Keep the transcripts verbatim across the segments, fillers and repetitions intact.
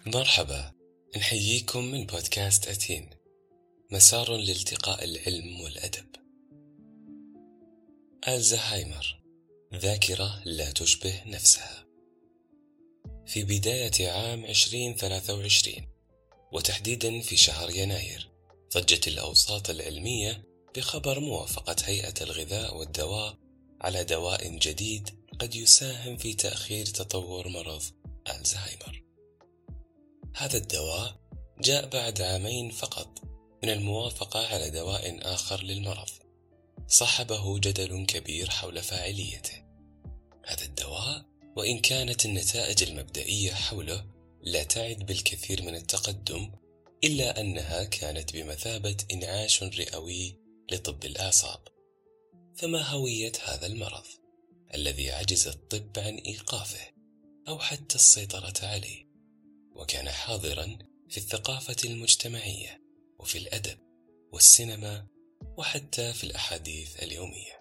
مرحبا، نحييكم من بودكاست أتين، مسار لالتقاء العلم والأدب. ألزهايمر، ذاكرة لا تشبه نفسها. في بداية عام عشرين ثلاثة وعشرين، وتحديدا في شهر يناير، ضجت الأوساط العلمية بخبر موافقة هيئة الغذاء والدواء على دواء جديد قد يساهم في تأخير تطور مرض ألزهايمر. هذا الدواء جاء بعد عامين فقط من الموافقة على دواء آخر للمرض، صاحبه جدل كبير حول فاعليته. هذا الدواء، وإن كانت النتائج المبدئية حوله لا تعد بالكثير من التقدم، إلا أنها كانت بمثابة إنعاش رئوي لطب الأعصاب. فما هوية هذا المرض الذي عجز الطب عن إيقافه أو حتى السيطرة عليه، وكان حاضرا في الثقافة المجتمعية وفي الأدب والسينما وحتى في الأحاديث اليومية؟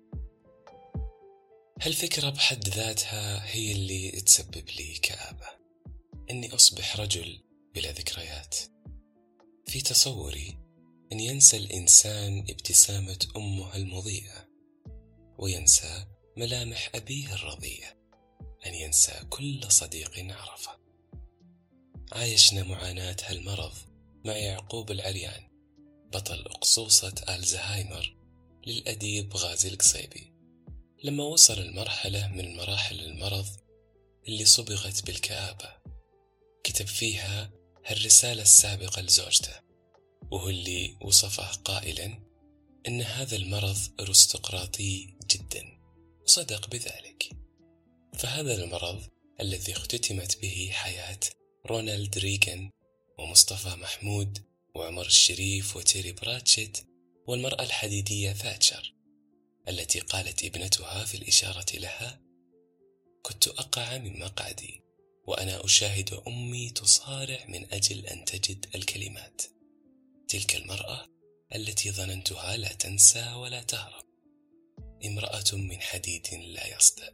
هالفكرة بحد ذاتها هي اللي تسبب لي كآبة، أني أصبح رجل بلا ذكريات. في تصوري أن ينسى الإنسان ابتسامة أمه المضيئة، وينسى ملامح أبيه الرضية، أن ينسى كل صديق عرفه. عايشنا معاناة هالمرض مع يعقوب العريان، بطل أقصوصة ألزهايمر للأديب غازي القصيبي، لما وصل المرحلة من مراحل المرض اللي صبغت بالكآبة. كتب فيها هالرسالة السابقة لزوجته، وهو اللي وصفه قائلا إن هذا المرض أرستقراطي جدا، وصدق بذلك. فهذا المرض الذي اختتمت به حياة رونالد ريغان ومصطفى محمود وعمر الشريف وتيري براتشيت والمرأة الحديدية ثاتشر، التي قالت ابنتها في الإشارة لها: كنت أقع من مقعدي وأنا أشاهد أمي تصارع من أجل أن تجد الكلمات. تلك المرأة التي ظننتها لا تنسى ولا تهرب، امرأة من حديد لا يصدأ.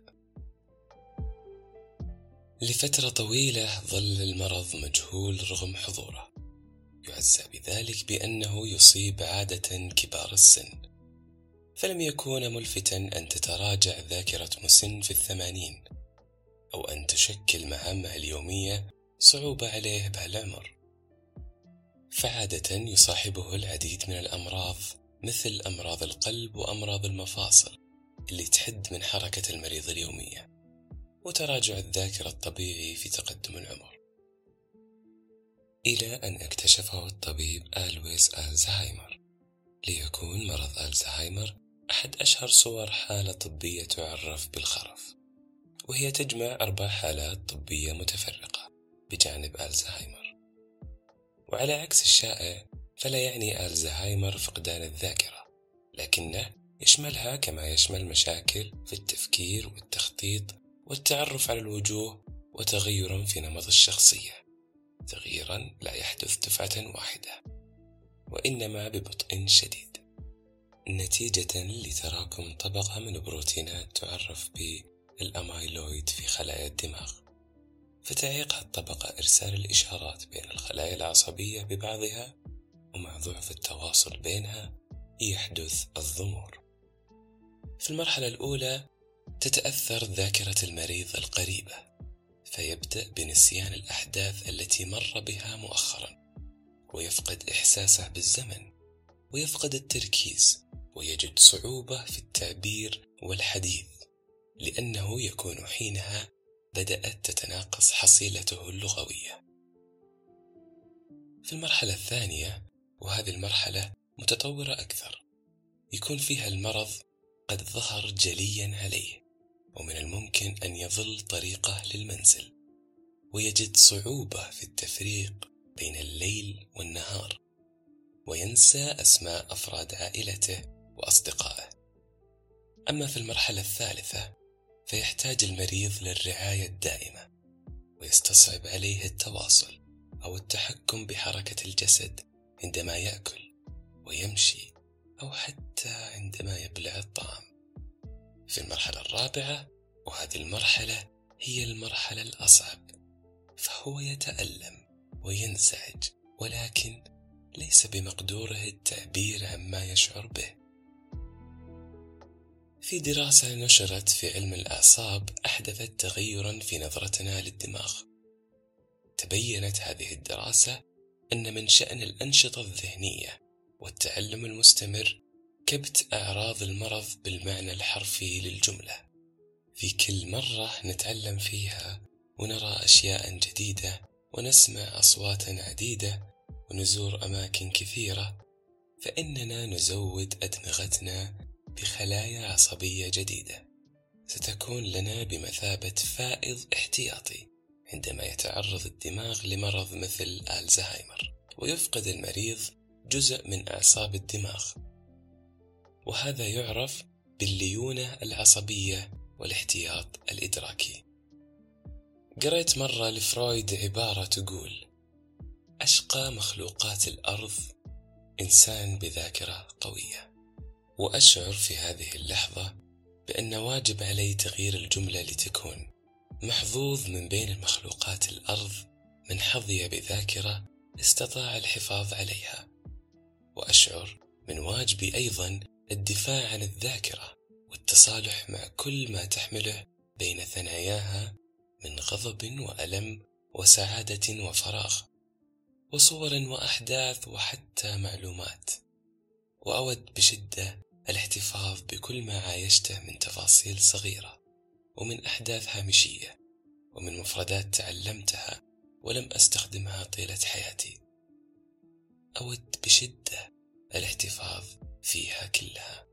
لفترة طويلة ظل المرض مجهول رغم حضوره، يعزى بذلك بأنه يصيب عادة كبار السن، فلم يكون ملفتا أن تتراجع ذاكرة مسن في الثمانين، أو أن تشكل مهامه اليومية صعوبة عليه بهالعمر. فعادة يصاحبه العديد من الأمراض، مثل أمراض القلب وأمراض المفاصل اللي تحد من حركة المريض اليومية، وتراجع الذاكرة الطبيعي في تقدم العمر. إلى أن اكتشفه الطبيب ألويس ألزهايمر، ليكون مرض ألزهايمر أحد أشهر صور حالة طبية تعرف بالخرف، وهي تجمع أربع حالات طبية متفرقة بجانب ألزهايمر. وعلى عكس الشائع، فلا يعني ألزهايمر فقدان الذاكرة، لكنه يشملها كما يشمل مشاكل في التفكير والتخطيط والتعرف على الوجوه، وتغير في نمط الشخصية، تغييرا لا يحدث دفعة واحدة، وإنما ببطء شديد، نتيجة لتراكم طبقة من بروتينات تعرف بالأمايلويد في خلايا الدماغ، فتعيق الطبقة إرسال الإشارات بين الخلايا العصبية ببعضها، ومع ضعف التواصل بينها يحدث الضمور. في المرحلة الأولى تتأثر ذاكرة المريض القريبة، فيبدأ بنسيان الأحداث التي مر بها مؤخرا، ويفقد إحساسه بالزمن، ويفقد التركيز، ويجد صعوبة في التعبير والحديث، لأنه يكون حينها بدأت تتناقص حصيلته اللغوية. في المرحلة الثانية، وهذه المرحلة متطورة أكثر، يكون فيها المرض قد ظهر جليا عليه، ومن الممكن أن يظل طريقه للمنزل، ويجد صعوبة في التفريق بين الليل والنهار، وينسى أسماء أفراد عائلته وأصدقائه. أما في المرحلة الثالثة، فيحتاج المريض للرعاية الدائمة، ويستصعب عليه التواصل أو التحكم بحركة الجسد عندما يأكل ويمشي، أو حتى عندما يبلع الطعام. في المرحلة الرابعة، وهذه المرحلة هي المرحلة الأصعب، فهو يتألم وينزعج، ولكن ليس بمقدوره التعبير عما يشعر به. في دراسة نشرت في علم الأعصاب أحدثت تغيرا في نظرتنا للدماغ. تبينت هذه الدراسة أن من شأن الأنشطة الذهنية والتعلم المستمر كبت أعراض المرض بالمعنى الحرفي للجملة. في كل مرة نتعلم فيها ونرى أشياء جديدة ونسمع أصوات عديدة ونزور أماكن كثيرة، فإننا نزود أدمغتنا بخلايا عصبية جديدة ستكون لنا بمثابة فائض احتياطي عندما يتعرض الدماغ لمرض مثل ألزهايمر ويفقد المريض جزء من أعصاب الدماغ، وهذا يعرف بالليونة العصبية والاحتياط الإدراكي. قرأت مرة لفرويد عبارة تقول: أشقى مخلوقات الأرض إنسان بذاكرة قوية. وأشعر في هذه اللحظة بأن واجب علي تغيير الجملة لتكون: محظوظ من بين المخلوقات الأرض من حظي بذاكرة استطاع الحفاظ عليها. وأشعر من واجبي أيضا الدفاع عن الذاكرة والتصالح مع كل ما تحمله بين ثناياها من غضب وألم وسعادة وفراغ وصور وأحداث وحتى معلومات. وأود بشدة الاحتفاظ بكل ما عايشته من تفاصيل صغيرة ومن أحداث هامشية ومن مفردات تعلمتها ولم أستخدمها طيلة حياتي. أود بشدة الاحتفاظ فيها كلها.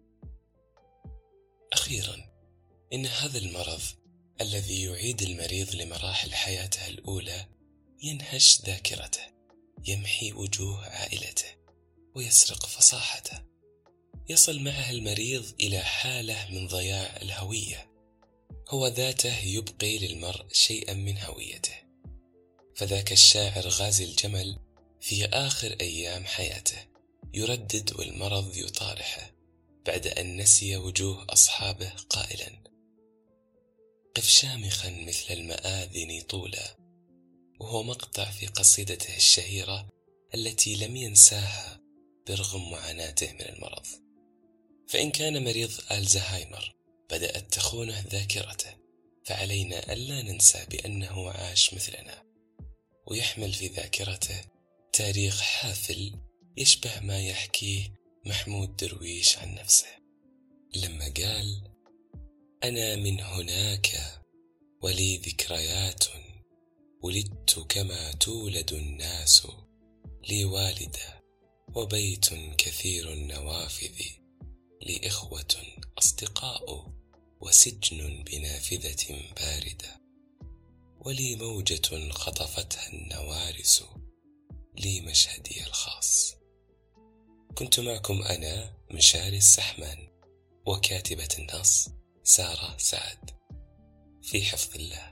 أخيرا، إن هذا المرض الذي يعيد المريض لمراحل حياته الأولى ينهش ذاكرته، يمحي وجوه عائلته ويسرق فصاحته. يصل معه المريض إلى حالة من ضياع الهوية، هو ذاته يبقي للمرء شيئا من هويته. فذاك الشاعر غازي الجمل في آخر أيام حياته يردد والمرض يطارحه بعد أن نسي وجوه أصحابه قائلا: قف شامخا مثل المآذن طولا. وهو مقطع في قصيدته الشهيرة التي لم ينساها برغم معاناته من المرض. فإن كان مريض ألزهايمر بدأت تخونه ذاكرته، فعلينا ألا ننسى بأنه عاش مثلنا ويحمل في ذاكرته تاريخ حافل يشبه ما يحكيه محمود درويش عن نفسه لما قال: أنا من هناك ولي ذكريات، ولدت كما تولد الناس، لي والدة وبيت كثير النوافذ، لي إخوة أصدقاء وسجن بنافذة باردة، ولي موجة خطفتها النوارس، لي مشهدي الخاص. كنت معكم أنا مشاري السحمان، وكاتبة النص سارة سعد، في حفظ الله.